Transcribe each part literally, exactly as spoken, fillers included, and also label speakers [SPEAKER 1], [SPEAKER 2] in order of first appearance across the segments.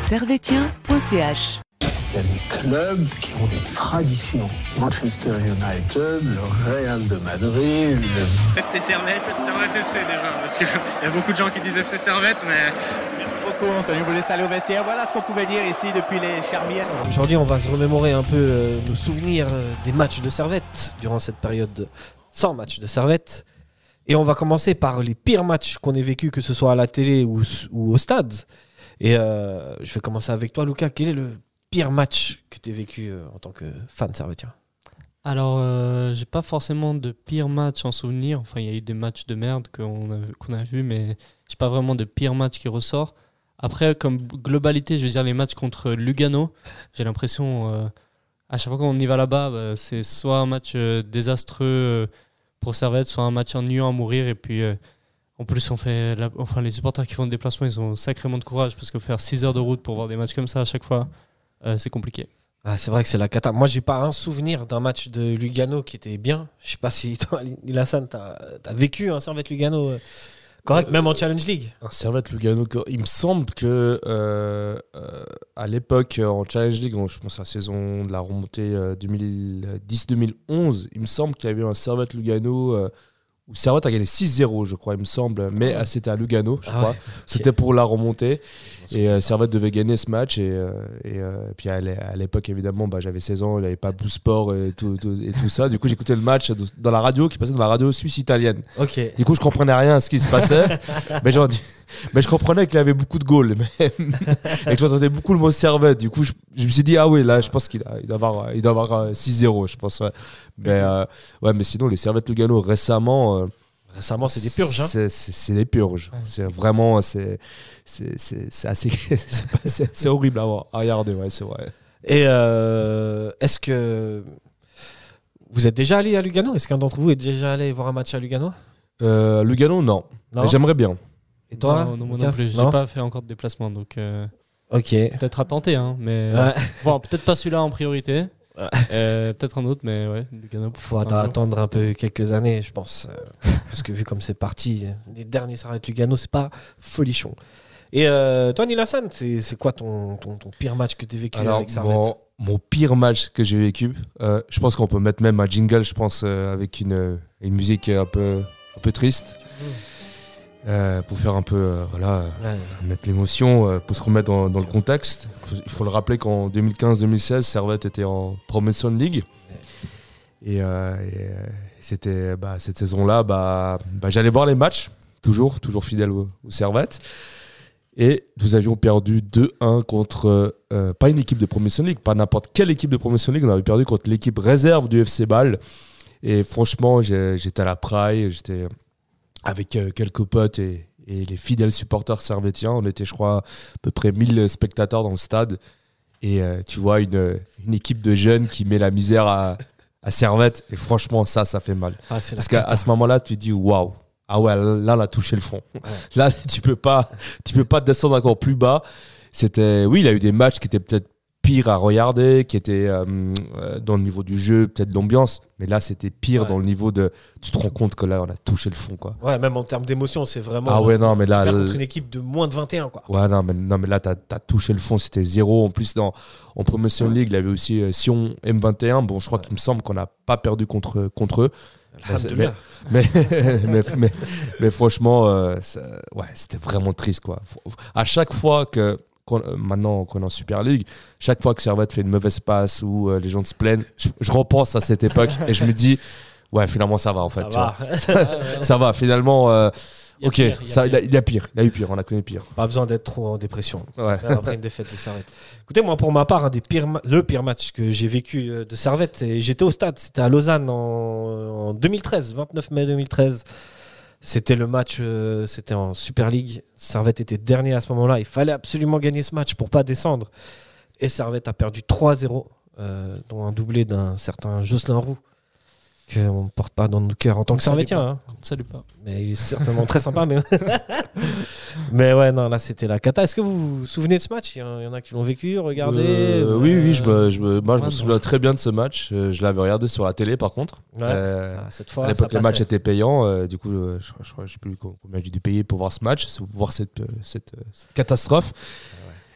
[SPEAKER 1] servetien point c h.
[SPEAKER 2] Il y a des clubs qui ont des traditions. Manchester United, le Real de Madrid, le...
[SPEAKER 3] F C Servette, Servette F C déjà, parce qu'il y a beaucoup de gens qui disent F C Servette, mais...
[SPEAKER 4] Merci beaucoup Anthony, vous laissez aller au vestiaire. Voilà ce qu'on pouvait dire ici depuis les Charmières.
[SPEAKER 5] Aujourd'hui, on va se remémorer un peu euh, nos souvenirs euh, des matchs de Servette durant cette période de... sans matchs de Servette. Et on va commencer par les pires matchs qu'on ait vécu, que ce soit à la télé ou, ou au stade. Et euh, je vais commencer avec toi, Lucas. Quel est le pire match que tu as vécu euh, en tant que fan servetien?
[SPEAKER 6] Alors, euh, j'ai pas forcément de pire match en souvenir. Enfin, il y a eu des matchs de merde qu'on a, qu'on a vus, mais j'ai pas vraiment de pire match qui ressort. Après, comme globalité, je veux dire les matchs contre Lugano, j'ai l'impression, euh, à chaque fois qu'on y va là-bas, bah, c'est soit un match euh, désastreux euh, pour Servette, soit un match ennuyant à mourir. Et puis, euh, en plus, on fait la, enfin, les supporters qui font le déplacement, ils ont sacrément de courage, parce que faire six heures de route pour voir des matchs comme ça à chaque fois, euh, c'est compliqué.
[SPEAKER 5] Ah, c'est vrai que c'est la cata. Moi, j'ai pas un souvenir d'un match de Lugano qui était bien. Je sais pas si toi, Nilassan, t'as as vécu un Servette Lugano euh, correct, euh, même en Challenge League.
[SPEAKER 7] Un Servette Lugano, il me semble que euh, euh, à l'époque en Challenge League, je pense à la saison de la remontée euh, deux mille dix deux mille onze, il me semble qu'il y avait eu un Servette Lugano euh, où Servette a gagné six zéro, je crois, il me semble, mais ah ouais. C'était à Lugano, je ah crois. Ouais. C'était okay. Pour la remontée. Et euh, Servette devait gagner ce match. Et, euh, et, euh, et puis à l'époque, évidemment, bah, j'avais seize ans, il n'y avait pas Blue Sport et tout, tout, et tout ça. Du coup, j'écoutais le match dans la radio qui passait dans la radio suisse-italienne.
[SPEAKER 5] Okay.
[SPEAKER 7] Du coup, je comprenais rien à ce qui se passait. mais, genre, mais je comprenais qu'il avait beaucoup de goals. Mais, et que j'entendais beaucoup le mot Servette. Du coup, je, je me suis dit, ah oui, là, je pense qu'il a, il doit avoir, il doit avoir six zéro, je pense. Ouais. Mais, euh, ouais, mais sinon, les Servette Lugano récemment. Euh,
[SPEAKER 5] Récemment, c'est des purges. Hein.
[SPEAKER 7] C'est, c'est, c'est des purges. Ouais, c'est, c'est vraiment, c'est, c'est, c'est, c'est assez, c'est, pas, c'est, c'est horrible à, voir, à regarder, ouais, c'est vrai.
[SPEAKER 5] Et euh, est-ce que vous êtes déjà allé à Lugano? Est-ce qu'un d'entre vous est déjà allé voir un match à Lugano?
[SPEAKER 7] euh, Lugano, non. non. Mais j'aimerais bien.
[SPEAKER 5] Et toi?
[SPEAKER 6] Non, non, moi non plus. J'ai pas fait encore de déplacement, donc. Euh,
[SPEAKER 5] ok.
[SPEAKER 6] Peut-être à tenter, hein, mais ouais. Bon, peut-être pas celui-là en priorité. euh, peut-être un autre, mais ouais, Lugano.
[SPEAKER 5] Faut attendre un peu quelques années, je pense, euh, parce que vu comme c'est parti, les derniers Servette Lugano, c'est pas folichon. Et euh, toi, Nilassan, c'est, c'est quoi ton, ton, ton pire match que tu as vécu? Alors, avec Servette?
[SPEAKER 7] Mon, mon pire match que j'ai vécu, euh, je pense qu'on peut mettre même un jingle, je pense, euh, avec une, une musique un peu, un peu triste. Mmh. Euh, pour faire un peu, euh, voilà, ouais. mettre l'émotion, euh, pour se remettre dans, dans le contexte. Il faut, il faut le rappeler qu'en deux mille quinze deux mille seize, Servette était en Promotion League. Et, euh, et euh, c'était, bah, cette saison-là, bah, bah, j'allais voir les matchs, toujours, toujours fidèle au, au Servette. Et nous avions perdu deux un contre, euh, pas une équipe de Promotion League, pas n'importe quelle équipe de Promotion League, on avait perdu contre l'équipe réserve du F C Bâle. Et franchement, j'ai, j'étais à la praille, j'étais avec euh, quelques potes et, et les fidèles supporters servétiens. On était, je crois, à peu près mille spectateurs dans le stade. Et euh, tu vois une, une équipe de jeunes qui met la misère à, à Servette. Et franchement, ça, ça fait mal. Ah, parce qu'à à ce moment-là, tu te dis, waouh, ah ouais, là, on a touché le fond. Ouais. Là, tu peux pas, tu peux pas descendre encore plus bas. C'était, oui, il y a eu des matchs qui étaient peut-être pire à regarder, qui était euh, dans le niveau du jeu, peut-être l'ambiance, mais là c'était pire ouais. Dans le niveau de. Tu te rends compte que là on a touché le fond, quoi.
[SPEAKER 5] Ouais, même en termes d'émotion, c'est vraiment.
[SPEAKER 7] Ah ouais, non, mais là.
[SPEAKER 5] Contre une équipe de moins de vingt et un, quoi.
[SPEAKER 7] Ouais, non, mais, non, mais là t'as, t'as touché le fond, c'était zéro. En plus, dans, en Promotion League, il y avait aussi euh, Sion M vingt et un. Bon, je crois ouais. qu'il me semble qu'on n'a pas perdu contre, contre eux. Mais, mais, mais, mais, mais franchement, euh, ouais, c'était vraiment triste, quoi. À chaque fois que. Maintenant qu'on est en Super League, chaque fois que Servette fait une mauvaise passe ou euh, les gens se plaignent, je, je repense à cette époque et je me dis, ouais, finalement ça va en fait.
[SPEAKER 5] Ça,
[SPEAKER 7] tu
[SPEAKER 5] va.
[SPEAKER 7] Vois. ça, ça va, finalement. Euh, il ok, pire, il, ça, il, a, il y a pire, il y a eu pire, on a connu pire.
[SPEAKER 5] Pas besoin d'être trop en dépression
[SPEAKER 7] ouais.
[SPEAKER 5] après une défaite de Servette. Écoutez, moi pour ma part, un des pires ma- le pire match que j'ai vécu de Servette, et j'étais au stade, c'était à Lausanne en, en deux mille treize, vingt-neuf mai deux mille treize. C'était le match, euh, c'était en Super League. Servette était dernier à ce moment-là. Il fallait absolument gagner ce match pour ne pas descendre. Et Servette a perdu trois zéro, euh, dont un doublé d'un certain Jocelyn Roux, qu'on ne porte pas dans nos cœurs en tant que Servettien. Hein.
[SPEAKER 6] Salut pas.
[SPEAKER 5] Mais il est certainement très sympa. Mais... mais ouais, non, là c'était la cata. Est-ce que vous vous souvenez de ce match? Il y en a qui l'ont vécu, regardé
[SPEAKER 7] euh, euh, Oui, oui, je me, je me, moi je me souviens très bien de ce match. Je l'avais regardé sur la télé par contre.
[SPEAKER 5] Ouais. Euh, ah, cette fois,
[SPEAKER 7] à l'époque, le match était payant. Euh, du coup, euh, je, je, je sais plus combien j'ai dû payer pour voir ce match, voir cette, cette, cette catastrophe.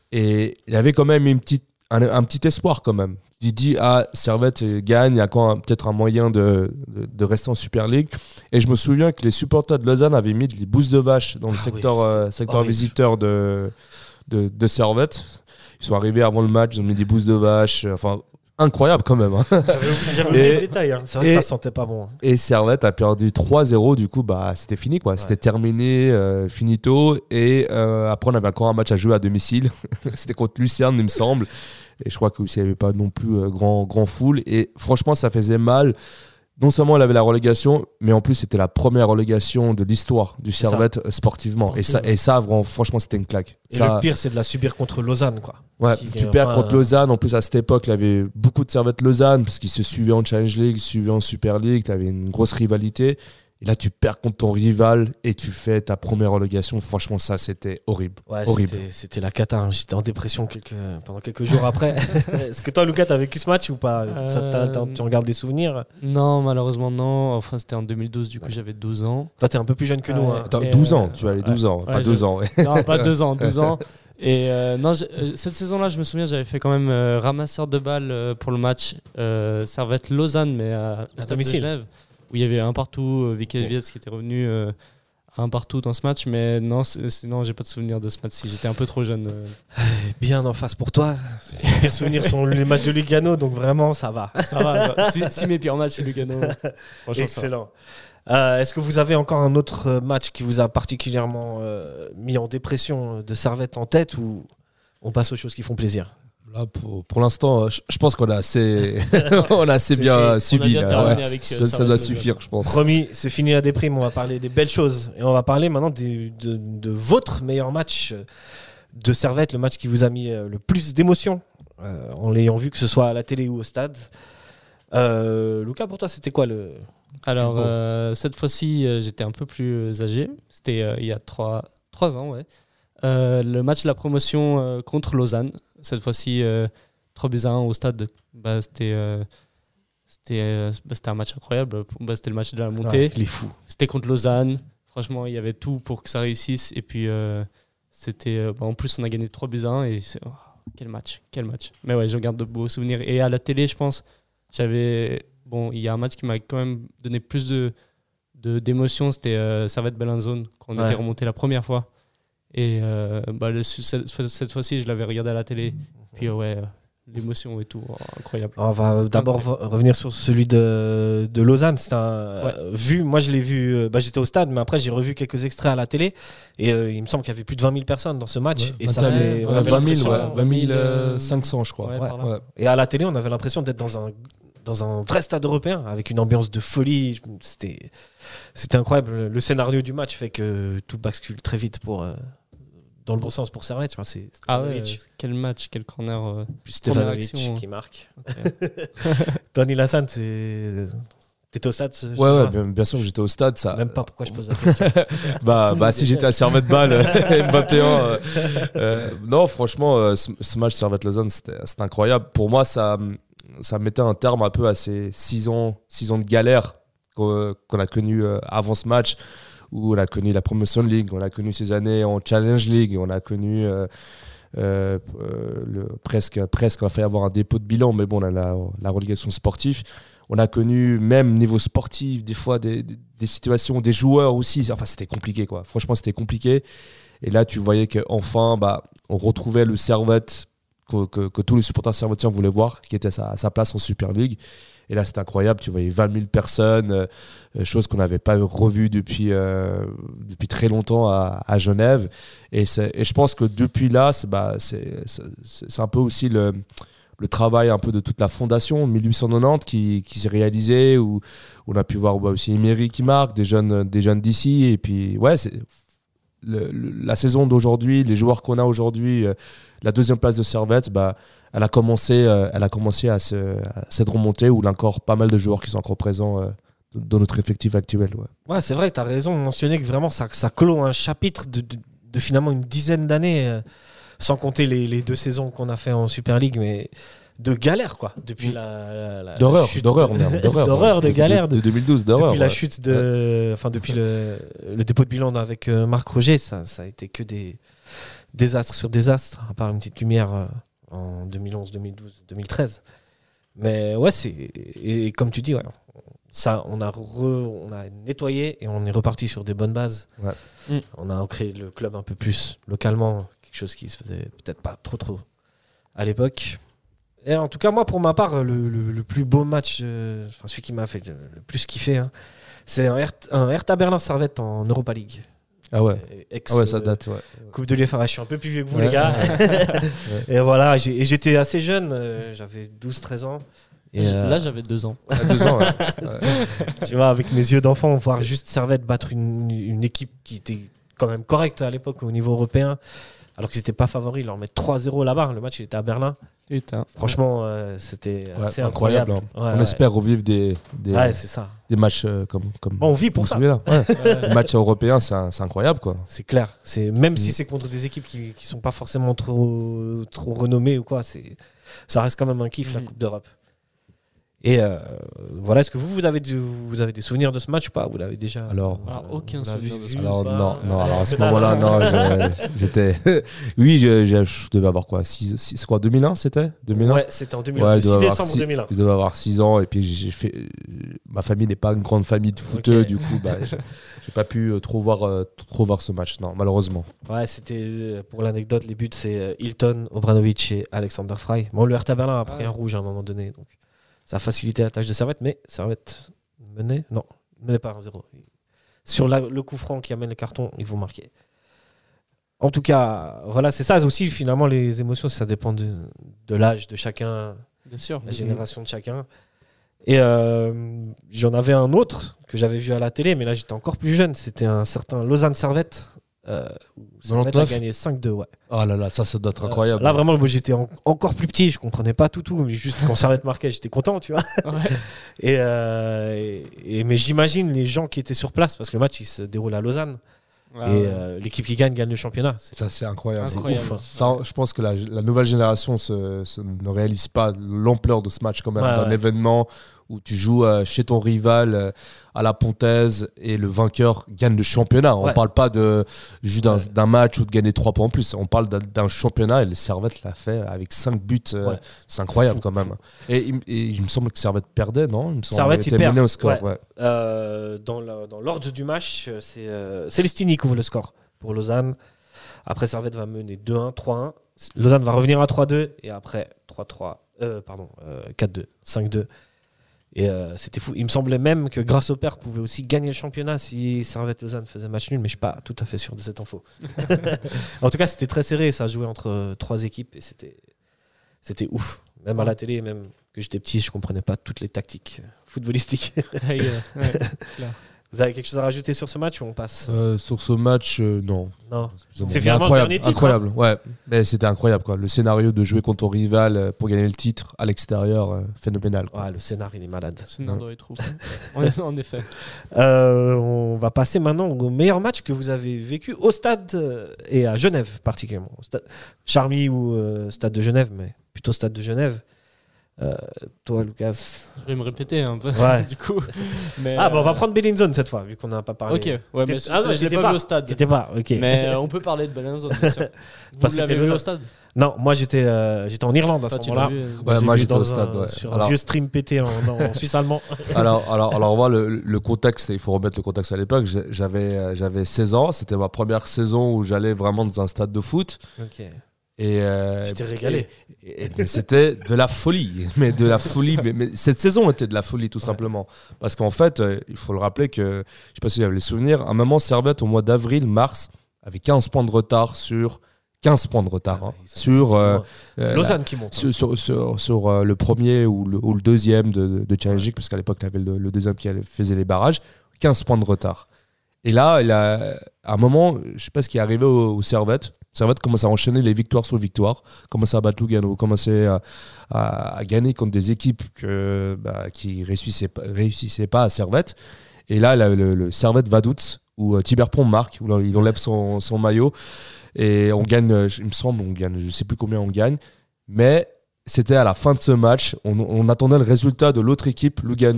[SPEAKER 7] Et il y avait quand même une petite, un, un petit espoir quand même. Tu dis, ah, Servette gagne, il y a quand même peut-être un moyen de, de, de rester en Super League. Et je me souviens que les supporters de Lausanne avaient mis des bousses de vache dans le
[SPEAKER 5] Ah
[SPEAKER 7] secteur,
[SPEAKER 5] oui,
[SPEAKER 7] euh, secteur
[SPEAKER 5] horrible.
[SPEAKER 7] visiteur de, de, de Servette. Ils sont arrivés avant le match, ils ont mis des bousses de vache. Enfin, incroyable quand même. Hein.
[SPEAKER 5] J'avais j'avais
[SPEAKER 7] Et-
[SPEAKER 5] oublié ce détail. Hein. C'est vrai
[SPEAKER 7] et-
[SPEAKER 5] que ça sentait pas bon.
[SPEAKER 7] Et Servette a perdu trois zéro, du coup, bah, c'était fini, quoi. C'était terminé, euh, finito. Et euh, après, on avait encore un match à jouer à domicile. C'était contre Lucerne, il me semble. Et je crois qu'il n'y avait pas non plus euh, grand, grand foule. Et franchement, ça faisait mal. Non seulement elle avait la relégation, mais en plus, c'était la première relégation de l'histoire du
[SPEAKER 5] C'est ça.
[SPEAKER 7] Servette euh, sportivement. Et ça, et ça vraiment, franchement, c'était une claque.
[SPEAKER 5] Et
[SPEAKER 7] Ça-
[SPEAKER 5] le pire, c'est de la subir contre Lausanne, quoi.
[SPEAKER 7] Ouais,
[SPEAKER 5] Qui-
[SPEAKER 7] tu
[SPEAKER 5] euh,
[SPEAKER 7] perds
[SPEAKER 5] ouais,
[SPEAKER 7] contre
[SPEAKER 5] euh,
[SPEAKER 7] Lausanne. En plus, à cette époque, il y avait beaucoup de Servette Lausanne parce qu'ils se suivaient en Challenge League, se suivaient en Super League. Tu avais une grosse rivalité. Et là, tu perds contre ton rival et tu fais ta première relégation. Franchement, ça, c'était horrible.
[SPEAKER 5] Ouais,
[SPEAKER 7] horrible.
[SPEAKER 5] c'était- c'était la cata. hein. J'étais en dépression quelques, pendant quelques jours après. Est-ce que toi, Lucas, t'as vécu ce match ou pas Ça, t'as- t'as- Tu regardes des souvenirs.
[SPEAKER 6] Non, malheureusement, non. Enfin, c'était en deux mille douze, du coup, j'avais douze ans.
[SPEAKER 5] Toi, t'es un peu plus jeune que nous.
[SPEAKER 6] Ouais.
[SPEAKER 5] hein.
[SPEAKER 7] Attends,
[SPEAKER 6] Et,
[SPEAKER 7] douze
[SPEAKER 6] euh,
[SPEAKER 7] ans. Tu avais douze ans.
[SPEAKER 6] ouais,
[SPEAKER 7] pas
[SPEAKER 6] je-
[SPEAKER 7] deux ans. Ouais.
[SPEAKER 6] Non, pas deux ans, douze ans. Et euh, non, j'ai- euh, cette saison-là, je me souviens, j'avais fait quand même euh, ramasseur de balles euh, pour le match euh, Servette-Lausanne, mais à, au stade de
[SPEAKER 5] domicile.
[SPEAKER 6] Genève, où il y avait un partout, euh, Vicky Vietz qui était revenu euh, à un partout dans ce match. Mais non, c'est- sinon, j'ai pas de souvenir de ce match-ci. J'étais un peu trop jeune. euh.
[SPEAKER 5] Bien en face pour toi. Les pires souvenirs sont les matchs de Lugano, donc vraiment, ça va.
[SPEAKER 6] Ça va, ça va. si, si mes pires matchs, c'est Lugano. Franchement, ça va.
[SPEAKER 5] Excellent. Euh, Est-ce que vous avez encore un autre euh, match qui vous a particulièrement euh, mis en dépression euh, de Servette en tête ou on passe aux choses qui font plaisir?
[SPEAKER 7] Là, pour, pour l'instant, je, je pense qu'on a assez, on a assez
[SPEAKER 5] C'est
[SPEAKER 7] bien
[SPEAKER 5] fait.
[SPEAKER 6] On a
[SPEAKER 7] subi.
[SPEAKER 6] bien
[SPEAKER 7] là,
[SPEAKER 6] terminé
[SPEAKER 7] ouais.
[SPEAKER 6] avec, euh,
[SPEAKER 7] ça, ça
[SPEAKER 6] Servette
[SPEAKER 7] doit
[SPEAKER 6] Lausanne.
[SPEAKER 7] suffire, je pense.
[SPEAKER 5] Promis, c'est fini la déprime, on va parler des belles choses. Et on va parler maintenant des- de, de votre meilleur match euh, de Servette, le match qui vous a mis euh, le plus d'émotion, euh, en l'ayant vu, que ce soit à la télé ou au stade. Euh, Lucas, pour toi, c'était quoi le...
[SPEAKER 6] Alors,
[SPEAKER 5] Bon.
[SPEAKER 6] euh, cette fois-ci, euh, j'étais un peu plus âgé. C'était euh, il y a trois ans, ouais. Euh, le match de la promotion euh, contre Lausanne. Cette fois-ci, euh, trois buts à un au stade. Bah, c'était euh, c'était euh, bah, c'était un match incroyable. Bah, c'était le match de la montée.
[SPEAKER 5] Ouais, il est fou.
[SPEAKER 6] C'était contre Lausanne. Franchement, il y avait tout pour que ça réussisse. Et puis, euh, c'était. euh, bah, en plus, on a gagné trois buts à un. Et c'est- oh, quel match, quel match. Mais ouais, je garde de beaux souvenirs. Et à la télé, je pense, j'avais. Bon, il y a un match qui m'a quand même donné plus de de- d'émotion. C'était euh, Servette Bellinzone, quand on
[SPEAKER 5] Ouais.
[SPEAKER 6] était remonté la première fois. Et euh, bah, le- cette, cette fois-ci, je l'avais regardé à la télé. Puis, euh, ouais, euh, l'émotion et tout, oh, incroyable.
[SPEAKER 5] On va d'abord
[SPEAKER 6] Incroyable.
[SPEAKER 5] vo- revenir sur celui de, de Lausanne. C'est un
[SPEAKER 6] Ouais.
[SPEAKER 5] euh, vu. Moi, je l'ai vu. euh, bah, j'étais au stade, mais après, j'ai revu quelques extraits à la télé. Et euh, il me semble qu'il y avait plus de vingt mille personnes dans ce match. et ça
[SPEAKER 7] vingt
[SPEAKER 5] fait.
[SPEAKER 7] mille,
[SPEAKER 5] on avait
[SPEAKER 7] vingt mille,
[SPEAKER 5] l'impression-
[SPEAKER 7] ouais, vingt mille
[SPEAKER 6] euh,
[SPEAKER 7] cinq cents, je crois.
[SPEAKER 6] Ouais,
[SPEAKER 5] Ouais.
[SPEAKER 6] par là.
[SPEAKER 7] Ouais.
[SPEAKER 5] Et à la télé, on avait l'impression d'être dans un dans un vrai stade européen avec une ambiance de folie. C'était c'était incroyable. Le scénario du match fait que tout bascule très vite pour euh, dans le bon sens pour Servette. Enfin, c'est
[SPEAKER 6] Ah ouais,
[SPEAKER 5] Stevanovic.
[SPEAKER 6] quel match, quel corner. euh.
[SPEAKER 5] Puis Stevanovic
[SPEAKER 6] action,
[SPEAKER 5] qui marque. Tony Lassagne, c'est t'étais au stade ce
[SPEAKER 7] Ouais,
[SPEAKER 5] jour-là
[SPEAKER 7] ouais, bien, bien sûr que j'étais au stade. Ça,
[SPEAKER 5] Même pas pourquoi je pose la question.
[SPEAKER 7] bah,
[SPEAKER 5] Tout le
[SPEAKER 7] bah
[SPEAKER 5] monde
[SPEAKER 7] si
[SPEAKER 5] est
[SPEAKER 7] j'étais à Servette Bâle M vingt et un. euh, euh, non, franchement, euh, ce, ce match Servette-Lausanne, c'était c'était incroyable. Pour moi, ça, ça mettait un terme un peu à ces six ans, six ans de galère qu'on qu'on a connu euh, avant ce match, où on a connu la Promotion League, on a connu ces années en Challenge League, on a connu euh, euh, euh, le, presque, presque, on a fait avoir un dépôt de bilan, mais bon, on a la, la relégation sportive. On a connu, même niveau sportif, des fois des, des, des situations, des joueurs aussi. Enfin, c'était compliqué, quoi. Franchement, c'était compliqué. Et là, tu voyais qu'enfin, bah, on retrouvait le Servette que, que, que tous les supporters servettiens voulaient voir, qui était à sa, à sa place en Super League. Et là, c'était incroyable. Tu voyais vingt mille personnes, euh, chose qu'on n'avait pas revue depuis, euh, depuis très longtemps à, à Genève. Et, et je pense que depuis là, c'est, bah, c'est, c'est, c'est un peu aussi le... le travail un peu de toute la fondation mille huit cent quatre-vingt-dix qui, qui s'est réalisé, où, où on a pu voir bah, aussi Emery qui marque, des jeunes, des jeunes d'ici. Et puis, ouais, c'est le, le, la saison d'aujourd'hui, les joueurs qu'on a aujourd'hui, euh, la deuxième place de Servette, bah, elle a commencé, euh, elle a commencé à, se, à cette remontée où il y a encore pas mal de joueurs qui sont encore présents euh, dans notre effectif actuel. Ouais,
[SPEAKER 5] Ouais, c'est vrai, tu as raison de mentionner que vraiment ça, ça clôt un chapitre de, de, de finalement une dizaine d'années. Euh, sans compter les, les deux saisons qu'on a fait en Super League, mais de galère, quoi. Depuis la, la, la
[SPEAKER 7] d'horreur,
[SPEAKER 5] chute
[SPEAKER 7] d'horreur,
[SPEAKER 5] de,
[SPEAKER 7] merde, d'horreur,
[SPEAKER 5] d'horreur, de,
[SPEAKER 7] de,
[SPEAKER 5] galère.
[SPEAKER 7] de,
[SPEAKER 5] De,
[SPEAKER 7] de deux mille douze, d'horreur.
[SPEAKER 5] depuis la
[SPEAKER 7] ouais.
[SPEAKER 5] chute de... Enfin, depuis le, le dépôt de bilan avec euh, Marc Roger, ça, ça a été que des, désastre sur désastre, à part une petite lumière euh, en deux mille onze, deux mille douze, deux mille treize. Mais ouais, c'est et, et comme tu dis, ouais, ça, on a re, on a nettoyé et on est reparti sur des bonnes bases.
[SPEAKER 7] Ouais.
[SPEAKER 6] Mm.
[SPEAKER 5] On a créé le club un peu plus localement, quelque chose qui se faisait peut-être pas trop trop à l'époque. Et en tout cas, moi, pour ma part, le, le, le plus beau match, euh, enfin celui qui m'a fait le, le plus kiffer, hein, c'est un, Her- un Hertha Berlin-Servette en Europa League.
[SPEAKER 7] Ah ouais.
[SPEAKER 5] Ex,
[SPEAKER 7] Ah ouais, ça
[SPEAKER 5] euh,
[SPEAKER 7] date, ouais.
[SPEAKER 5] Coupe de l'UEFA. Je suis un peu plus vieux que vous,
[SPEAKER 7] Ouais.
[SPEAKER 5] les gars.
[SPEAKER 7] Ouais.
[SPEAKER 5] Et voilà, j'ai, et j'étais assez jeune, euh, j'avais douze treize ans. Et
[SPEAKER 6] J-
[SPEAKER 5] euh,
[SPEAKER 6] Là, j'avais deux ans.
[SPEAKER 7] À deux ans, ouais. Ouais.
[SPEAKER 5] tu vois, avec mes yeux d'enfant, voir juste Servette battre une, une équipe qui était quand même correcte à l'époque au niveau européen, alors qu'ils n'étaient pas favoris, leur mettre trois zéro là-bas. Le match, il était à Berlin.
[SPEAKER 6] Putain.
[SPEAKER 5] Franchement, euh, c'était
[SPEAKER 7] Ouais,
[SPEAKER 5] assez
[SPEAKER 7] incroyable.
[SPEAKER 5] incroyable.
[SPEAKER 7] hein.
[SPEAKER 5] Ouais,
[SPEAKER 7] On
[SPEAKER 5] ouais.
[SPEAKER 7] espère revivre des, des,
[SPEAKER 5] Ouais, c'est ça.
[SPEAKER 7] des matchs euh, comme, comme,
[SPEAKER 5] Bon, on vit pour
[SPEAKER 7] comme
[SPEAKER 5] ça.
[SPEAKER 7] celui-là. Ouais. Les matchs européens, c'est, un- c'est incroyable, quoi.
[SPEAKER 5] C'est clair. C'est, même
[SPEAKER 7] Mm.
[SPEAKER 5] si c'est contre des équipes qui ne sont pas forcément trop, trop renommées ou quoi, c'est, ça reste quand même un kiff, la
[SPEAKER 6] Mm.
[SPEAKER 5] Coupe d'Europe. Et euh, voilà, est-ce que vous, vous avez, du- vous avez des souvenirs de ce match ou pas? Vous l'avez déjà
[SPEAKER 7] Alors-
[SPEAKER 5] vous-
[SPEAKER 6] Ah, aucun
[SPEAKER 5] vous l'avez
[SPEAKER 6] souvenir de
[SPEAKER 5] vu,
[SPEAKER 6] ce
[SPEAKER 7] Alors,
[SPEAKER 5] ça
[SPEAKER 7] non, non, alors à ce
[SPEAKER 5] Non,
[SPEAKER 7] moment-là,
[SPEAKER 5] non.
[SPEAKER 7] non, je- j'étais. Oui, je, je- je devais avoir quoi six, six, c'est quoi, deux mille un, c'était deux mille un.
[SPEAKER 5] Ouais, c'était en deux mille un,
[SPEAKER 7] Ouais,
[SPEAKER 5] le
[SPEAKER 7] je dois
[SPEAKER 5] six
[SPEAKER 7] avoir
[SPEAKER 5] décembre
[SPEAKER 7] six-
[SPEAKER 5] deux mille un.
[SPEAKER 7] Je devais avoir six ans et puis j'ai fait. euh, Ma famille n'est pas une grande famille de footeux,
[SPEAKER 5] Ok.
[SPEAKER 7] du coup, bah, j'ai, j'ai pas pu euh, trop voir, euh, trop voir ce match, non, malheureusement.
[SPEAKER 5] Ouais, c'était, euh, pour l'anecdote, les buts, c'est euh, Hilton, Obranovic et Alexander Frey. Bon, le Hertha Berlin a pris
[SPEAKER 6] Ah.
[SPEAKER 5] un rouge à un moment donné, donc ça a facilité la tâche de Servette, mais Servette menait, non, menait pas un zéro. Sur la- le coup franc qui amène le carton, ils vont marquer. En tout cas, voilà, c'est ça aussi, finalement, les émotions, ça dépend de, de l'âge de chacun,
[SPEAKER 6] Bien sûr.
[SPEAKER 5] la génération de chacun. Et euh, j'en avais un autre que j'avais vu à la télé, mais là j'étais encore plus jeune. C'était un certain Lausanne-Servette. Euh, où Servette a
[SPEAKER 7] quatre-vingt-neuf
[SPEAKER 5] gagné cinq deux. Ouais.
[SPEAKER 7] Oh là là, ça, ça doit être
[SPEAKER 5] Euh,
[SPEAKER 7] incroyable.
[SPEAKER 5] là vraiment, moi, j'étais en- encore plus petit, je comprenais pas tout, tout. Mais juste quand Servette marquait, j'étais content, tu vois.
[SPEAKER 6] Ouais.
[SPEAKER 5] Et, euh, et- et- mais j'imagine les gens qui étaient sur place, parce que le match il se déroule à Lausanne.
[SPEAKER 6] Ah,
[SPEAKER 5] et
[SPEAKER 6] ouais.
[SPEAKER 5] euh, l'équipe qui gagne gagne le championnat. C'est
[SPEAKER 7] Ça, c'est incroyable.
[SPEAKER 5] c'est
[SPEAKER 6] Incroyable.
[SPEAKER 5] ouf, hein.
[SPEAKER 7] Ça, je pense que la, la nouvelle génération se, se- ne réalise pas l'ampleur de ce match quand même,
[SPEAKER 5] Ouais,
[SPEAKER 7] d'un
[SPEAKER 5] ouais.
[SPEAKER 7] événement où tu joues euh, chez ton rival euh, à la Pontaise et le vainqueur gagne le championnat. On
[SPEAKER 5] Ouais.
[SPEAKER 7] parle pas de juste d'un,
[SPEAKER 5] Ouais.
[SPEAKER 7] d'un match ou de gagner trois points en plus. On parle d'un, d'un championnat et le Servette l'a fait avec cinq buts. euh,
[SPEAKER 5] Ouais.
[SPEAKER 7] C'est incroyable
[SPEAKER 5] Fou,
[SPEAKER 7] quand même. Et, il- et il me semble que Servette perdait, non? Il me semble
[SPEAKER 5] Servette,
[SPEAKER 7] qu'il
[SPEAKER 5] il
[SPEAKER 7] était
[SPEAKER 5] perd.
[SPEAKER 7] mené au score.
[SPEAKER 5] Ouais.
[SPEAKER 7] ouais.
[SPEAKER 5] Euh, dans, la- dans l'ordre du match, euh, c'est euh, Celestini qui ouvre le score pour Lausanne. Après, Servette va mener deux un, trois un. Lausanne va revenir à trois deux. Et après, trois trois. Euh, pardon, euh, quatre deux, cinq deux. Et euh, c'était fou. Il me semblait même que grâce au père pouvait aussi gagner le championnat si Servette-Lausanne faisait match nul. Mais je ne suis pas tout à fait sûr de cette info. En tout cas, c'était très serré. Ça jouait entre euh, trois équipes. Et c'était, c'était ouf. Même à la télé, même que j'étais petit, je ne comprenais pas toutes les tactiques footballistiques.
[SPEAKER 6] Ouais, ouais.
[SPEAKER 5] Vous avez quelque chose à rajouter sur ce match ou on passe
[SPEAKER 7] Euh, sur ce match, euh, non.
[SPEAKER 5] Non.
[SPEAKER 7] C'est
[SPEAKER 5] C'est finalement le
[SPEAKER 7] incroyable,
[SPEAKER 5] dernier titre,
[SPEAKER 7] incroyable. Ouais, mais c'était incroyable quoi. Le scénario de jouer contre ton rival euh, pour gagner le titre à l'extérieur, euh, phénoménal. Quoi.
[SPEAKER 5] Ouais, le scénar, il est malade.
[SPEAKER 6] C'est Nando et Trou. En en effet.
[SPEAKER 5] Euh, on va passer maintenant au meilleur match que vous avez vécu au stade euh, et à Genève particulièrement. Au stade Charmy ou euh, stade de Genève, mais plutôt stade de Genève. Euh, toi, Lucas.
[SPEAKER 6] Je vais me répéter un peu.
[SPEAKER 5] Ouais.
[SPEAKER 6] du coup. Mais,
[SPEAKER 5] Ah, bah on va
[SPEAKER 6] euh,
[SPEAKER 5] prendre Bellinzone cette fois, vu qu'on n'a pas parlé.
[SPEAKER 6] Ok, ouais, mais
[SPEAKER 5] Ah,
[SPEAKER 6] je
[SPEAKER 5] non,
[SPEAKER 6] l'ai
[SPEAKER 5] j'étais
[SPEAKER 6] pas,
[SPEAKER 5] pas.
[SPEAKER 6] vu au stade.
[SPEAKER 5] T'étais pas, ok.
[SPEAKER 6] Mais euh, on peut parler de Bellinzone, bien sûr. Vous
[SPEAKER 5] Parce que
[SPEAKER 6] l'avez
[SPEAKER 5] c'était
[SPEAKER 6] vu
[SPEAKER 5] le-
[SPEAKER 6] au stade?
[SPEAKER 5] Non, moi j'étais euh, j'étais en Irlande à ce
[SPEAKER 6] Toi, tu
[SPEAKER 5] moment-là.
[SPEAKER 6] l'as vu, euh,
[SPEAKER 7] Ouais,
[SPEAKER 5] J'ai
[SPEAKER 7] moi,
[SPEAKER 5] vu
[SPEAKER 7] j'étais au
[SPEAKER 5] dans
[SPEAKER 7] stade,
[SPEAKER 5] un-
[SPEAKER 7] ouais.
[SPEAKER 5] Sur un
[SPEAKER 7] Alors-
[SPEAKER 5] vieux stream pété en, en Suisse allemand.
[SPEAKER 7] alors, alors, alors, moi, le, le contexte, il faut remettre le contexte à l'époque. J'ai- J'avais, euh, j'avais seize ans. C'était ma première saison où j'allais vraiment dans un stade de foot.
[SPEAKER 5] Ok.
[SPEAKER 7] Et, euh,
[SPEAKER 5] Tu t'es régalé.
[SPEAKER 7] et- et- mais c'était de la folie. Mais de la folie. Mais, mais cette saison était de la folie, tout
[SPEAKER 5] Ouais.
[SPEAKER 7] simplement. Parce qu'en fait, euh, il faut le rappeler que, je sais pas si vous avez les souvenirs, à un moment, Servette, au mois d'avril, mars, avait quinze points de retard sur. quinze points de retard. hein,
[SPEAKER 5] Ils sont-
[SPEAKER 7] sur. euh, euh,
[SPEAKER 5] Lausanne qui monte.
[SPEAKER 7] sur, sur, sur, sur, euh, le premier ou le, ou le deuxième de, de Challenge League, parce qu'à l'époque, il y avait le, le deuxième qui allait- faisait les barrages, quinze points de retard. Et là, il a, à un moment, je ne sais pas ce qui est arrivé au, au Servette. Servette commence à enchaîner les victoires sur victoires, commence à battre Lugano, commence à, à, à gagner contre des équipes que, bah, qui ne réussissaient, pas- réussissaient pas à Servette. Et là, là, le, le Servette Vaduz, où euh, Tiberpont marque, où là, il enlève son, son maillot. Et on gagne, euh, il me semble, on gagne, je ne sais plus combien on gagne. Mais c'était à la fin de ce match. On, on attendait le résultat de l'autre équipe, Lugano.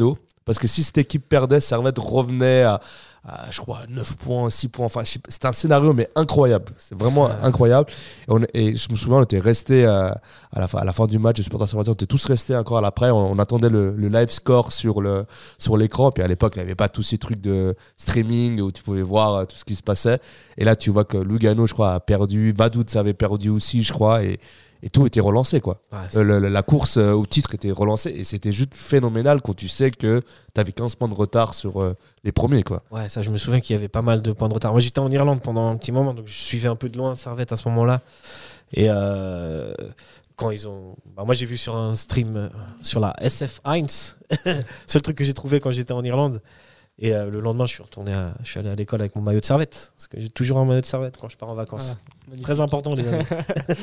[SPEAKER 7] Parce que si cette équipe perdait, Servette revenait à, à je crois, neuf points, six points. Enfin, c'était un scénario, mais incroyable. C'est vraiment ouais. incroyable. Et, on, et je me souviens, on était restés à, à, la, à la fin du match, les supporters Servette, on était tous restés encore à l'après. On, on attendait le, le live score sur, le, sur l'écran. Puis à l'époque, il n'y avait pas tous ces trucs de streaming où tu pouvais voir tout ce qui se passait. Et là, tu vois que Lugano, je crois, a perdu. Vaduz avait perdu aussi, je crois. Et. Et tout était relancé, quoi. Ouais, euh, le, la course euh, au titre était relancée et c'était juste phénoménal quand tu sais que tu avais quinze points de retard sur euh, les premiers, quoi.
[SPEAKER 5] Ouais, ça, je me souviens qu'il y avait pas mal de points de retard. Moi, j'étais en Irlande pendant un petit moment, donc je suivais un peu de loin Servette à ce moment-là. Et euh, quand ils ont. Bah, moi, j'ai vu sur un stream euh, sur la S F Heinz, seul truc que j'ai trouvé quand j'étais en Irlande. Et euh, le lendemain, je suis retourné, à, je suis allé à l'école avec mon maillot de Servette, parce que j'ai toujours un maillot de Servette quand je pars en vacances. Ah, très important, les amis.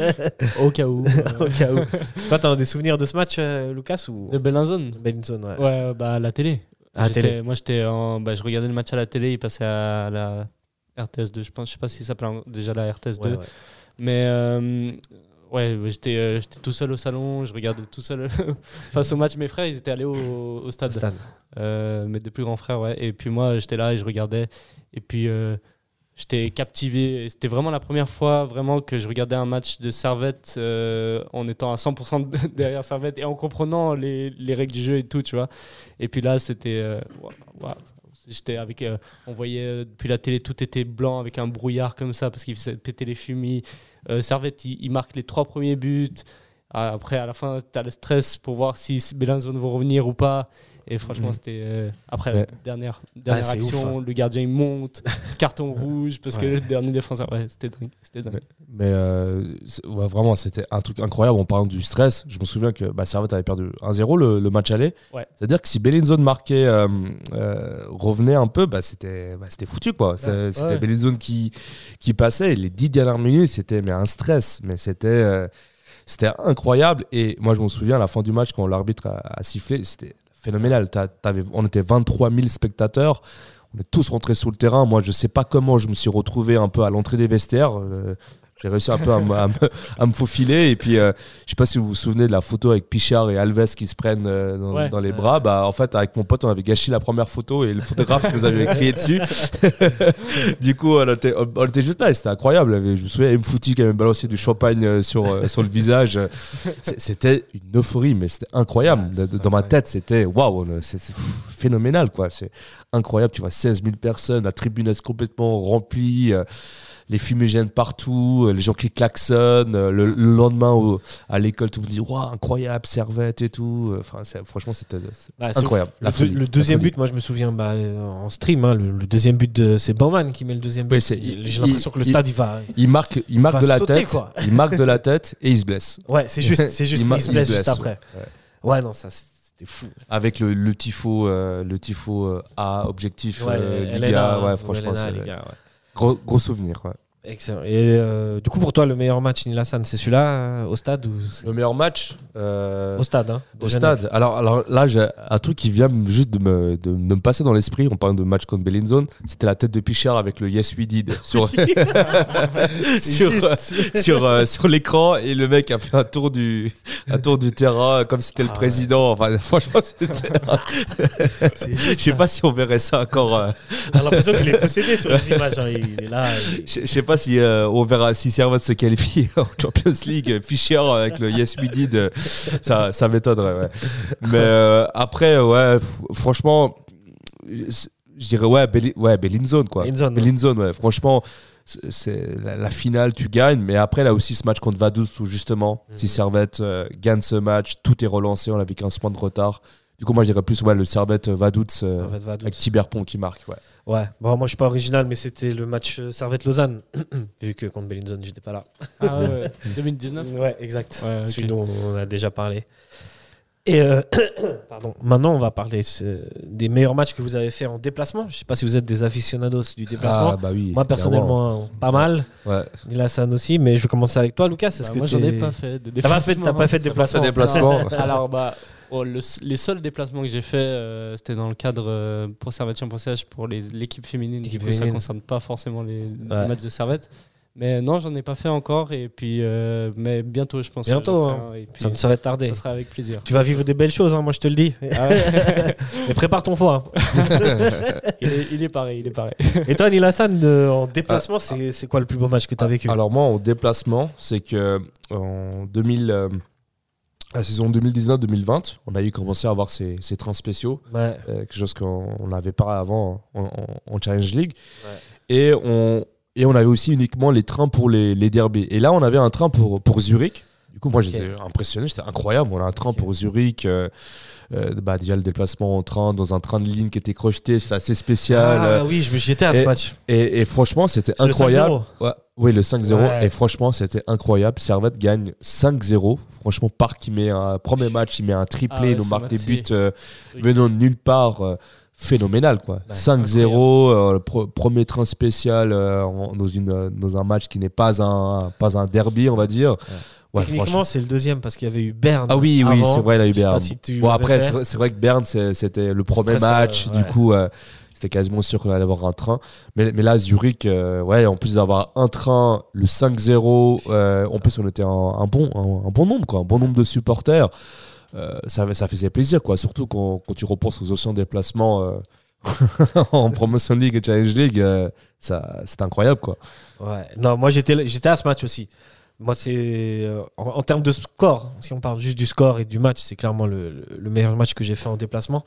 [SPEAKER 6] Au cas où.
[SPEAKER 5] Au cas où. Toi, t'as des souvenirs de ce match, euh, Lucas, ou
[SPEAKER 6] de Bellinzone.
[SPEAKER 5] Bellinzone, ouais.
[SPEAKER 6] Ouais, bah à la télé.
[SPEAKER 5] À la télé.
[SPEAKER 6] Moi, j'étais, en, bah, je regardais le match à la télé, il passait à la R T S deux. Je pense, je sais pas si ça s'appelait déjà la R T S deux, ouais, ouais. mais. Euh, Ouais, j'étais, euh, j'étais tout seul au salon, je regardais tout seul face au match. Mes frères, ils étaient allés au, au stade, stade. Euh, mes deux plus grands frères, ouais. Et puis moi, j'étais là et je regardais. Et puis, euh, j'étais captivé. Et c'était vraiment la première fois vraiment que je regardais un match de Servette euh, en étant à cent pour cent derrière Servette et en comprenant les, les règles du jeu et tout, tu vois. Et puis là, c'était... Euh, wow, wow. J'étais avec, euh, on voyait euh, depuis la télé, tout était blanc avec un brouillard comme ça parce qu'il faisait péter les fumis. Euh, Servette, il, il marque les trois premiers buts. Après, à la fin, tu as le stress pour voir si Bellinzone va revenir ou pas. Et franchement, mmh. c'était. Euh, après, ouais. dernière, dernière ah, action, ouf, hein. Le gardien il monte, carton rouge, parce ouais. que le dernier défenseur. Ouais, c'était dingue. C'était dingue.
[SPEAKER 7] Mais, mais euh, ouais, vraiment, c'était un truc incroyable. En parlant du stress, je me souviens que bah, Servette avait perdu un zéro le, le match aller. Ouais. C'est-à-dire que si Bellinzone marquait, euh, euh, revenait un peu, bah, c'était, bah, c'était foutu, quoi. Ouais. C'était ouais. Bellinzone qui, qui passait. Et les dix dernières minutes, c'était mais un stress. Mais c'était. Euh, C'était incroyable. Et moi, je me souviens, à la fin du match, quand l'arbitre a, a sifflé, c'était phénoménal. T'as, t'avais, on était vingt-trois mille spectateurs. On est tous rentrés sur le terrain. Moi, je ne sais pas comment je me suis retrouvé un peu à l'entrée des vestiaires. Euh, j'ai réussi un peu à, m- à, me, à me faufiler. Et puis, euh, je ne sais pas si vous vous souvenez de la photo avec Pichard et Alves qui se prennent euh, dans, ouais, dans les bras. Ouais. Bah, en fait, avec mon pote, on avait gâché la première photo et le photographe nous avait crié dessus. Du coup, on était, on était juste là et c'était incroyable. Je me souviens, M. Fouti qui avait balancé du champagne sur, sur le visage. C'était une euphorie, mais c'était incroyable. Ouais, c'est dans ma tête, c'était waouh, c'est, c'est phénoménal, quoi. C'est incroyable. Tu vois, seize mille personnes, la tribune est complètement remplie. Les fumigènes partout, les gens qui klaxonnent, le, le lendemain au, à l'école, tout le monde dit waouh, incroyable, Servette et tout. Enfin, c'est, franchement, c'était c'est bah, incroyable.
[SPEAKER 5] Le, folie, le deuxième but, moi je me souviens bah, en stream, hein, le, le deuxième but, de, c'est Baumann qui met le deuxième but. Oui, c'est, J'ai il, l'impression que le stade il, il va.
[SPEAKER 7] Il marque, il marque de la sauter, tête, quoi. Il marque de la tête et il se blesse.
[SPEAKER 5] Ouais, c'est juste, c'est juste, il, il, se blesse, il se blesse juste après. Ouais, ouais non, ça. C'est... C'était fou.
[SPEAKER 7] Avec le, le tifo, euh, le tifo euh, A, objectif, ouais, euh, Liga, ouais, franchement, Elena, c'est Liga, ouais. Gros, gros souvenir. Ouais.
[SPEAKER 5] Excellent. Et euh, du coup, pour toi, le meilleur match, Nilassan, c'est celui-là euh, au stade ou c'est...
[SPEAKER 7] Le meilleur match euh,
[SPEAKER 5] au stade. Hein,
[SPEAKER 7] au stade. Alors, alors là, j'ai un truc qui vient juste de me, de, de me passer dans l'esprit. On parle de match contre Bellinzone. C'était la tête de Pichard avec le Yes We Did sur, sur, euh, sur, euh, sur l'écran. Et le mec a fait un tour du, un tour du terrain comme si c'était ah, le président. Ouais. Enfin, franchement, c'était. Je sais pas si on verrait ça encore. Euh...
[SPEAKER 5] On a l'impression qu'il est possédé sur les images. Hein. Il est là. Il...
[SPEAKER 7] Je sais pas si euh, on verra si Servette se qualifie en Champions League. Fischer avec le Yes We Did, euh, ça, ça m'étonnerait. Ouais. Mais euh, après, ouais, f- franchement, je dirais ouais, Belli- ouais, Bellinzone quoi.
[SPEAKER 5] Bellinzone,
[SPEAKER 7] Bellinzone, ouais. Franchement, c'est, c'est la, la finale, tu gagnes. Mais après, là aussi, ce match contre Vaduz où justement, mmh. si Servette euh, gagne ce match, tout est relancé. On avait quinze points de retard. Du coup, moi, je dirais plus ouais, le Servette Vaduz euh, avec Tiberpont qui marque. Ouais.
[SPEAKER 5] Ouais, bon, moi je suis pas original, mais c'était le match Servette-Lausanne, vu que contre Bellinzone, j'étais pas là.
[SPEAKER 6] Ah ouais, deux mille dix-neuf
[SPEAKER 5] Ouais, exact. Ouais, okay. Celui dont on a déjà parlé. Et euh, pardon. Maintenant, on va parler euh, des meilleurs matchs que vous avez fait en déplacement. Je sais pas si vous êtes des aficionados du déplacement.
[SPEAKER 7] Ah, bah oui,
[SPEAKER 5] moi, personnellement, clairement. Pas mal. Ouais. Nilassan aussi, mais je vais commencer avec toi, Lucas. Est-ce
[SPEAKER 6] bah,
[SPEAKER 5] que
[SPEAKER 6] moi,
[SPEAKER 5] t'es...
[SPEAKER 6] j'en ai pas fait de
[SPEAKER 5] déplacement. T'as pas fait, t'as pas fait de déplacement.
[SPEAKER 7] déplacement.
[SPEAKER 6] Alors, bah. Oh, le, les seuls déplacements que j'ai fait, euh, c'était dans le cadre euh, pour Servette Champion pour les, l'équipe féminine. L'équipe du coup, féminine. Ça ne concerne pas forcément les, ouais. les matchs de Servette. Mais non, j'en ai pas fait encore. Et puis, euh, mais bientôt, je pense. que
[SPEAKER 5] Bientôt,
[SPEAKER 6] je ferai
[SPEAKER 5] hein.
[SPEAKER 6] un, et puis,
[SPEAKER 5] Ça ne saurait tarder.
[SPEAKER 6] ça sera avec plaisir.
[SPEAKER 5] Tu vas vivre des belles choses, hein, moi je te le dis. Mais prépare ton foie.
[SPEAKER 6] il, est, il est pareil, il est pareil.
[SPEAKER 5] Et toi, Nilassan, euh, en déplacement, ah, c'est, c'est quoi le plus beau match que tu as vécu?
[SPEAKER 7] Alors moi, en déplacement, c'est que en deux mille, euh, la saison deux mille dix-neuf deux mille vingt, on a eu commencé à avoir ces, ces trains spéciaux,
[SPEAKER 5] ouais.
[SPEAKER 7] euh, quelque chose qu'on n'avait pas avant en, en, en Challenge League.
[SPEAKER 5] Ouais.
[SPEAKER 7] Et on Et on avait aussi uniquement les trains pour les, les derbies. Et là, on avait un train pour, pour Zurich. Du coup, moi, okay. j'étais impressionné. C'était incroyable. On a un train okay. pour Zurich. Euh, euh, bah, déjà, le déplacement en train, dans un train de ligne qui était crocheté. C'était assez spécial.
[SPEAKER 5] Ah oui, je me j'étais à ce
[SPEAKER 7] et,
[SPEAKER 5] match.
[SPEAKER 7] Et, et franchement, c'était
[SPEAKER 5] C'est
[SPEAKER 7] incroyable.
[SPEAKER 5] Le cinq zéro.
[SPEAKER 7] Ouais. Oui, le cinq zéro.
[SPEAKER 5] Ouais.
[SPEAKER 7] Et franchement, c'était incroyable. Servette gagne cinq zéro. Franchement, Park, il met un premier match, il met un triplé.
[SPEAKER 6] Ah ouais,
[SPEAKER 7] il nous marque des buts euh,
[SPEAKER 6] oui.
[SPEAKER 7] venant de nulle part. Euh, phénoménal quoi. Ouais, cinq zéro, euh, le pro- premier train spécial euh, en, dans, une, dans un match qui n'est pas un, pas un derby on va dire. Ouais.
[SPEAKER 5] Ouais, techniquement c'est le deuxième parce qu'il y avait eu Berne.
[SPEAKER 7] Ah oui oui
[SPEAKER 5] avant.
[SPEAKER 7] C'est vrai il y a eu Berne.
[SPEAKER 5] Si
[SPEAKER 7] bon après c'est, c'est vrai que Berne c'est, c'était le premier match euh, ouais. du coup euh, c'était quasiment sûr qu'on allait avoir un train mais, mais là Zurich euh, ouais en plus d'avoir un train le cinq zéro euh, en plus on était un, un, bon, un, un bon nombre quoi, un bon nombre de supporters. Euh, ça, ça faisait plaisir quoi, surtout quand, quand tu repenses aux anciens déplacements euh, en Promotion League et Challenge League, euh, ça, c'était incroyable quoi.
[SPEAKER 5] Ouais. Non, moi j'étais, j'étais à ce match aussi. Moi c'est euh, en, en termes de score, si on parle juste du score et du match, c'est clairement le, le meilleur match que j'ai fait en déplacement.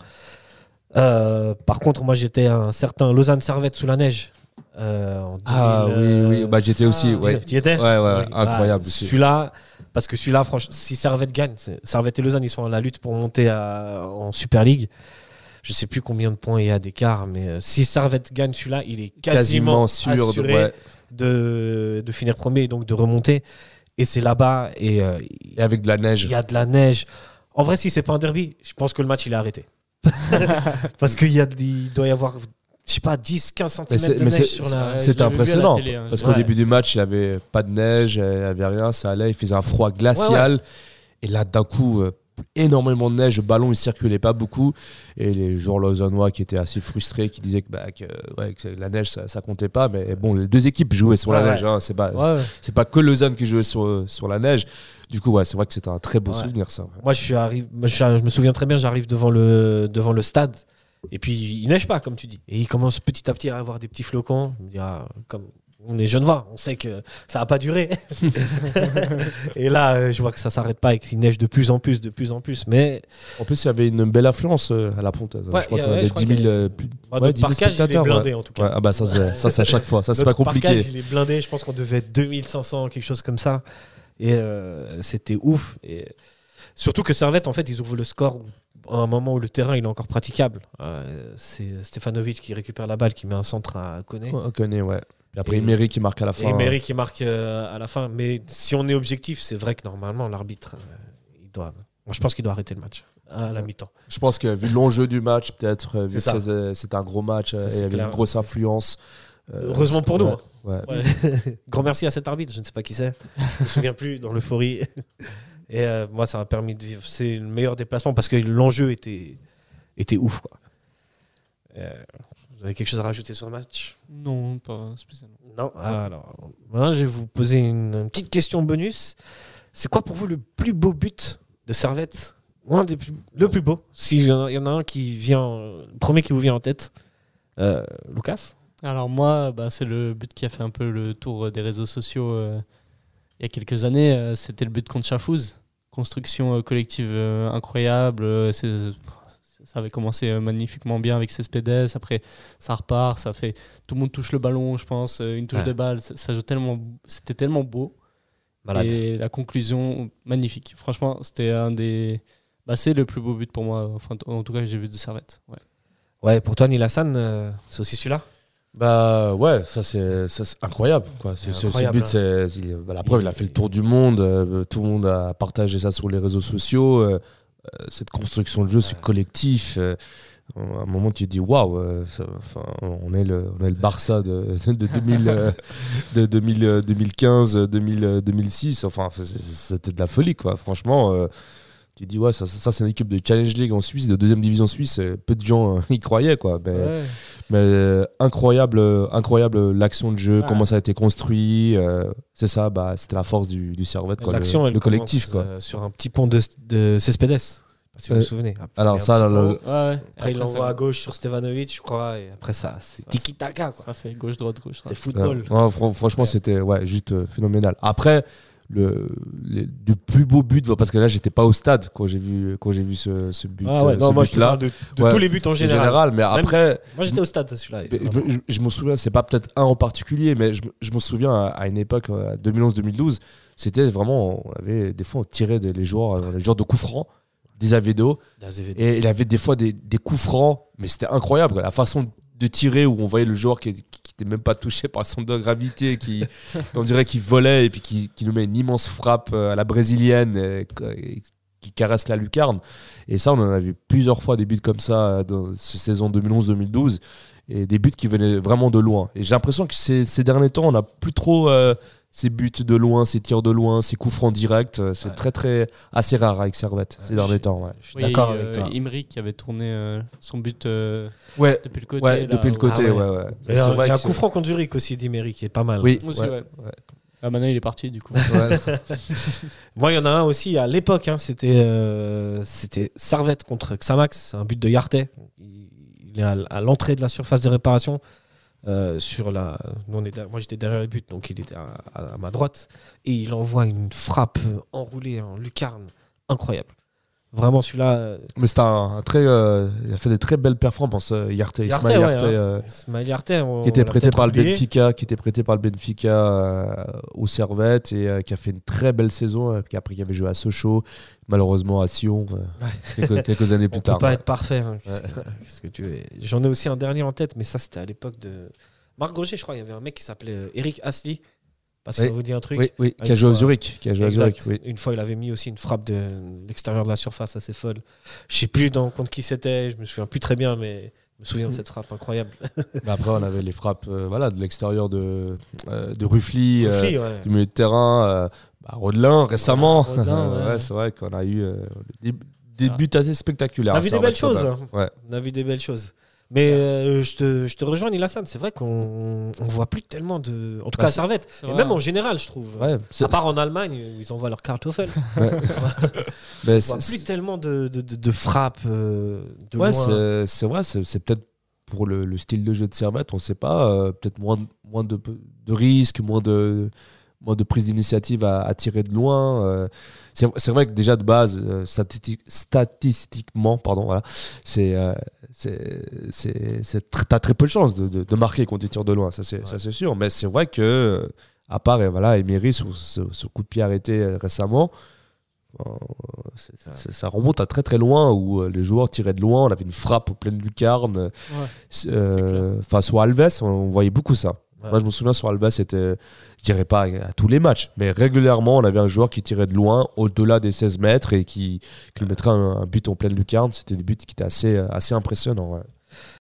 [SPEAKER 5] Euh, par contre, moi j'étais à un certain Lausanne Servette sous la neige. Euh, en
[SPEAKER 7] ah
[SPEAKER 5] deux mille,
[SPEAKER 7] oui oui bah j'étais ah, aussi ouais.
[SPEAKER 5] Tu y étais?
[SPEAKER 7] Ouais ouais, ouais incroyable.
[SPEAKER 5] Bah, celui-là. Parce que celui-là, franchement, si Servette gagne, Servette et Lausanne, ils sont à la lutte pour monter à, en Super League. Je ne sais plus combien de points il y a d'écart, mais euh, si Servette gagne celui-là, il est quasiment, quasiment sûr assuré de, ouais. de, de finir premier, donc de remonter. Et c'est là-bas. Et, euh,
[SPEAKER 7] et avec de la neige.
[SPEAKER 5] Il y a de la neige. En vrai, si ce n'est pas un derby, je pense que le match, il est arrêté. Parce qu'il y a, il doit y avoir... je sais pas, dix à quinze centimètres de neige sur la...
[SPEAKER 7] C'était impressionnant,
[SPEAKER 6] télé, hein.
[SPEAKER 7] parce qu'au ouais, début du match, il n'y avait pas de neige, il n'y avait rien, ça allait, il faisait un froid glacial. Ouais, ouais. Et là, d'un coup, euh, énormément de neige, le ballon, il ne circulait pas beaucoup. Et les joueurs lausannois qui étaient assez frustrés, qui disaient que, bah, que, ouais, que la neige, ça ne comptait pas. Mais bon, les deux équipes jouaient sur ouais, la neige. Ouais. Hein, c'est pas, ouais, ouais. c'est pas que Lausanne qui jouait sur, sur la neige. Du coup, ouais, c'est vrai que c'était un très beau ouais. souvenir, ça.
[SPEAKER 5] Moi, je, suis arrivé, je, suis, je me souviens très bien, j'arrive devant le, devant le stade. Et puis, il neige pas, comme tu dis. Et il commence petit à petit à avoir des petits flocons. Je me dis, ah, comme on est Genevois, on sait que ça va pas durer. Et là, je vois que ça s'arrête pas et qu'il neige de plus en plus, de plus en plus. Mais
[SPEAKER 7] en plus, il y avait une belle affluence à la Pontaise.
[SPEAKER 5] Ouais,
[SPEAKER 7] je crois
[SPEAKER 5] ouais,
[SPEAKER 7] qu'on avait dix mille.
[SPEAKER 5] Euh, plus... bah, ouais, dix mille parcage, il est blindé
[SPEAKER 7] ouais.
[SPEAKER 5] en tout cas.
[SPEAKER 7] Ouais, ah bah ça, c'est, ça, c'est à chaque fois. Ça, c'est pas compliqué.
[SPEAKER 5] Notre parcage, il est blindé. Je pense qu'on devait être deux mille cinq cents, quelque chose comme ça. Et euh, c'était ouf. Et surtout que Servette, en fait, ils ouvrent le score à un moment où le terrain il est encore praticable. Euh, c'est Stefanovic qui récupère la balle, qui met un centre à Koné.
[SPEAKER 7] Oh, Koné, ouais. Et après, Emery qui marque à la fin.
[SPEAKER 5] Et Emery qui marque euh, à la fin. Mais si on est objectif, c'est vrai que normalement, l'arbitre, euh, il doit... Moi, je pense qu'il doit arrêter le match à la mi-temps.
[SPEAKER 7] Je pense que vu l'enjeu du match, peut-être, vu c'est que c'était un gros match, il y avait une grosse influence.
[SPEAKER 5] Euh, Heureusement pour nous.
[SPEAKER 7] Ouais,
[SPEAKER 5] hein. ouais. Ouais. Grand merci à cet arbitre, je ne sais pas qui c'est. Je ne me souviens plus, dans l'euphorie. Et euh, moi, ça m'a permis de vivre. C'est le meilleur déplacement parce que l'enjeu était, était ouf. Quoi. Euh, vous avez quelque chose à rajouter sur le match?
[SPEAKER 6] Non, pas spécialement.
[SPEAKER 5] Non. Alors, maintenant, je vais vous poser une, une petite question bonus. C'est quoi pour vous le plus beau but de Servette? Un des plus, le plus beau. S'il y en a un qui vient, le premier qui vous vient en tête, euh, Lucas?
[SPEAKER 6] Alors moi, bah, c'est le but qui a fait un peu le tour des réseaux sociaux euh, il y a quelques années. Euh, c'était le but contre Chafouz. Construction euh, collective euh, incroyable. Euh, c'est, ça avait commencé euh, magnifiquement bien avec Cespedes. Après, ça repart. Ça fait, tout le monde touche le ballon, je pense. Euh, une touche ouais. de balle. Ça, ça joue tellement, c'était tellement beau. Malade. Et la conclusion, magnifique. Franchement, c'était un des... Bah, c'est le plus beau but pour moi. Enfin, en tout cas, que j'ai vu de Servette. Ouais,
[SPEAKER 5] ouais pour toi, Nilassan, euh, c'est aussi celui-là?
[SPEAKER 7] Bah ouais, ça c'est, ça, c'est incroyable quoi. C'est, c'est incroyable, ce but, hein. c'est, il, bah, la preuve, il a fait le tour du monde. Euh, tout le monde a partagé ça sur les réseaux sociaux. Euh, cette construction de jeu, ce collectif. Euh, à un moment, tu te dis waouh, euh, on est le, on est le Barça de, de, deux mille, euh, de deux mille, deux mille quinze, deux mille, deux mille six. Enfin, c'était de la folie quoi. Franchement, euh, tu tu dis, ouais, ça, ça, ça, c'est une équipe de Challenge League en Suisse, de deuxième division suisse. Peu de gens euh, y croyaient, quoi. Mais,
[SPEAKER 6] Ouais.
[SPEAKER 7] mais euh, incroyable, euh, incroyable l'action de jeu,
[SPEAKER 5] Ah.
[SPEAKER 7] comment ça a été construit. euh, c'est ça, bah, c'était la force du, du Servette, quoi,
[SPEAKER 5] L'action,
[SPEAKER 7] le,
[SPEAKER 5] elle
[SPEAKER 7] le collectif,
[SPEAKER 5] commence,
[SPEAKER 7] quoi.
[SPEAKER 5] euh, sur un petit pont de, de Cespedes. Si vous
[SPEAKER 7] Euh,
[SPEAKER 5] vous souvenez. Après,
[SPEAKER 7] alors
[SPEAKER 5] il y a
[SPEAKER 7] ça,
[SPEAKER 5] un petit
[SPEAKER 7] là,
[SPEAKER 5] pont.
[SPEAKER 7] le-
[SPEAKER 6] Ouais, ouais.
[SPEAKER 5] Après, il
[SPEAKER 6] Après,
[SPEAKER 5] l'envoie
[SPEAKER 6] ça-
[SPEAKER 5] à gauche sur Stevanovic, je crois. Et après, ça, c'est tiki-taka, quoi.
[SPEAKER 6] Ça, c'est gauche-droite-gauche.
[SPEAKER 5] C'est football.
[SPEAKER 7] Ouais, ouais, fr- franchement, c'était ouais, juste euh, phénoménal. Après, le, les, le plus beau but, parce que là, j'étais pas au stade quand j'ai vu, quand j'ai vu ce, ce but,
[SPEAKER 5] Ah ouais,
[SPEAKER 7] euh,
[SPEAKER 5] non,
[SPEAKER 7] ce
[SPEAKER 5] moi, je te
[SPEAKER 7] but-là.
[SPEAKER 5] parle de, de
[SPEAKER 7] Ouais,
[SPEAKER 5] tous les buts en
[SPEAKER 7] En
[SPEAKER 5] général.
[SPEAKER 7] général, mais après,
[SPEAKER 5] Moi, j'étais au stade, celui-là.
[SPEAKER 7] mais je, me- je, je m'en souviens, c'est pas peut-être un en particulier, mais je, me- je me souviens à, à une époque, euh, deux mille onze deux mille douze, c'était vraiment, on avait des fois, on tirait des, les joueurs, euh, les joueurs de coups francs, des Azevedo,
[SPEAKER 5] D'Azevedo.
[SPEAKER 7] et il avait des fois des, des coups francs, mais c'était incroyable, quoi. La façon de tirer où on voyait le joueur qui, qui était même pas touché par son de gravité, qui, on dirait qu'il volait et puis qui, qui nous met une immense frappe euh, à la brésilienne et, et qui caresse la lucarne. Et ça, on en a vu plusieurs fois des buts comme ça dans cette saison deux mille onze deux mille douze et des buts qui venaient vraiment de loin. Et j'ai l'impression que ces, ces derniers temps, on n'a plus trop euh, ces buts de loin, ces tirs de loin, ces coups francs directs. C'est
[SPEAKER 5] Ouais.
[SPEAKER 7] très, très assez rare avec Servette ces
[SPEAKER 5] Ouais,
[SPEAKER 7] derniers
[SPEAKER 5] je-
[SPEAKER 7] temps. Ouais.
[SPEAKER 5] Je suis
[SPEAKER 6] Oui,
[SPEAKER 5] d'accord
[SPEAKER 6] euh,
[SPEAKER 5] avec toi.
[SPEAKER 6] Imri qui avait tourné euh, son but euh,
[SPEAKER 7] Ouais,
[SPEAKER 6] depuis le côté.
[SPEAKER 7] ouais,
[SPEAKER 6] là,
[SPEAKER 7] depuis le
[SPEAKER 6] où-
[SPEAKER 7] côté,
[SPEAKER 5] Ah
[SPEAKER 7] ouais,
[SPEAKER 5] ouais.
[SPEAKER 7] ouais.
[SPEAKER 5] Il y
[SPEAKER 7] C'est
[SPEAKER 5] a,
[SPEAKER 7] vrai
[SPEAKER 5] il y a un
[SPEAKER 7] que-
[SPEAKER 5] coup franc contre Zurich aussi d'Emery qui est pas mal.
[SPEAKER 7] Oui,
[SPEAKER 6] Aussi,
[SPEAKER 7] ouais,
[SPEAKER 6] ouais.
[SPEAKER 7] ouais.
[SPEAKER 6] Ah, maintenant, il est parti, du coup.
[SPEAKER 7] Ouais.
[SPEAKER 5] Moi, il y en a un aussi à l'époque. Hein, c'était euh, c'était Servette contre Xamax. C'est un but de Yartet. Il, il est à, à l'entrée de la surface de réparation. Euh, sur la, nous, on est derrière- moi, j'étais derrière le but, donc il était à, à- à ma droite. Et il envoie une frappe euh, enroulée en lucarne. Incroyable. Vraiment, celui-là. euh,
[SPEAKER 7] Mais c'était un, un très. euh, il a fait des très belles performances, euh, Yarté.
[SPEAKER 5] Yarté,
[SPEAKER 7] Ismaël
[SPEAKER 5] ouais,
[SPEAKER 7] Yarté,
[SPEAKER 5] hein.
[SPEAKER 7] euh,
[SPEAKER 5] Ismaël Yartet, on-
[SPEAKER 7] qui était
[SPEAKER 5] on l'a
[SPEAKER 7] prêté
[SPEAKER 5] peut-être
[SPEAKER 7] par le
[SPEAKER 5] oublié.
[SPEAKER 7] Benfica, qui était prêté par le Benfica euh, au Servette et euh, qui a fait une très belle saison. Euh, puis après, qui avait joué à Sochaux, malheureusement à Sion, euh, quelques, quelques années
[SPEAKER 5] On
[SPEAKER 7] plus
[SPEAKER 5] peut
[SPEAKER 7] tard.
[SPEAKER 5] pas
[SPEAKER 7] ouais.
[SPEAKER 5] être parfait. hein. Qu'est-ce que- qu'est-ce que tu veux. J'en ai aussi un dernier en tête, mais ça, c'était à l'époque de. Marc Roger, je crois, il y avait un mec qui s'appelait euh, Eric Asli. Parce que
[SPEAKER 7] Oui.
[SPEAKER 5] ça vous dit un truc.
[SPEAKER 7] Oui, oui,
[SPEAKER 5] Ah,
[SPEAKER 7] qui a
[SPEAKER 5] une
[SPEAKER 7] joué à
[SPEAKER 5] fois.
[SPEAKER 7] Zurich. Qui a joué à
[SPEAKER 5] Exact.
[SPEAKER 7] Zurich, oui.
[SPEAKER 5] Une fois, il avait mis aussi une frappe de l'extérieur de la surface assez folle. Je sais plus dans, contre qui c'était, je me souviens plus très bien, mais je me souviens de cette frappe incroyable.
[SPEAKER 7] Mais après, on avait les frappes euh, voilà, de l'extérieur de, euh, de Ruffly, euh,
[SPEAKER 5] Ruffly, ouais.
[SPEAKER 7] du milieu de terrain. Euh, bah, Rodelin, récemment.
[SPEAKER 6] Rodelin, ouais.
[SPEAKER 7] Ouais, c'est vrai qu'on a eu euh, des, des
[SPEAKER 6] Ah.
[SPEAKER 7] buts assez spectaculaires.
[SPEAKER 5] On a
[SPEAKER 7] à
[SPEAKER 5] vu des
[SPEAKER 7] Servette,
[SPEAKER 5] belles choses.
[SPEAKER 7] quand même. Ouais.
[SPEAKER 5] On a vu des belles choses. Mais euh, je, te, je te rejoins, Nilassan. C'est vrai qu'on on voit plus tellement de. En tout
[SPEAKER 7] Bah,
[SPEAKER 5] cas, à
[SPEAKER 7] c'est-
[SPEAKER 5] Servette.
[SPEAKER 6] c'est
[SPEAKER 5] Et
[SPEAKER 6] vrai.
[SPEAKER 5] même en général, je trouve.
[SPEAKER 7] Ouais, c'est-
[SPEAKER 5] à part en Allemagne, où ils envoient leur Kartoffel.
[SPEAKER 7] Ouais. Mais
[SPEAKER 5] On
[SPEAKER 7] c'est-
[SPEAKER 5] voit plus tellement de, de, de, de frappes. euh, de
[SPEAKER 7] Ouais,
[SPEAKER 5] loin.
[SPEAKER 7] c'est c'est vrai, c'est c'est peut-être pour le, le style de jeu de Servette, on sait pas, euh, peut-être moins, de- moins de, de risques, moins de, moins de prise d'initiative à, à tirer de loin. euh. c'est c'est vrai que déjà de base, euh, statistique- statistiquement, pardon, voilà, c'est euh, c'est- c'est- c'est tr- t'as très peu de chances de, de, de marquer quand tu tires de loin, ça c'est ça, c'est sûr. Mais c'est vrai que, euh, à part euh, voilà, Emery sur ce, ce coup de pied arrêté euh, récemment, euh, c'est- c'est- ça remonte à très très loin où euh, les joueurs tiraient de loin. On avait une frappe au pleine lucarne.
[SPEAKER 6] Ouais.
[SPEAKER 7] Euh, Enfin, sur Alves, on, on voyait beaucoup ça.
[SPEAKER 5] Ouais.
[SPEAKER 7] Moi, je me souviens sur Alves, c'était, je dirais pas à tous les matchs, mais régulièrement, on avait un joueur qui tirait de loin, au-delà des seize mètres, et qui, qui nous mettrait un, un but en pleine lucarne. C'était des buts qui étaient assez, assez impressionnants. Ouais.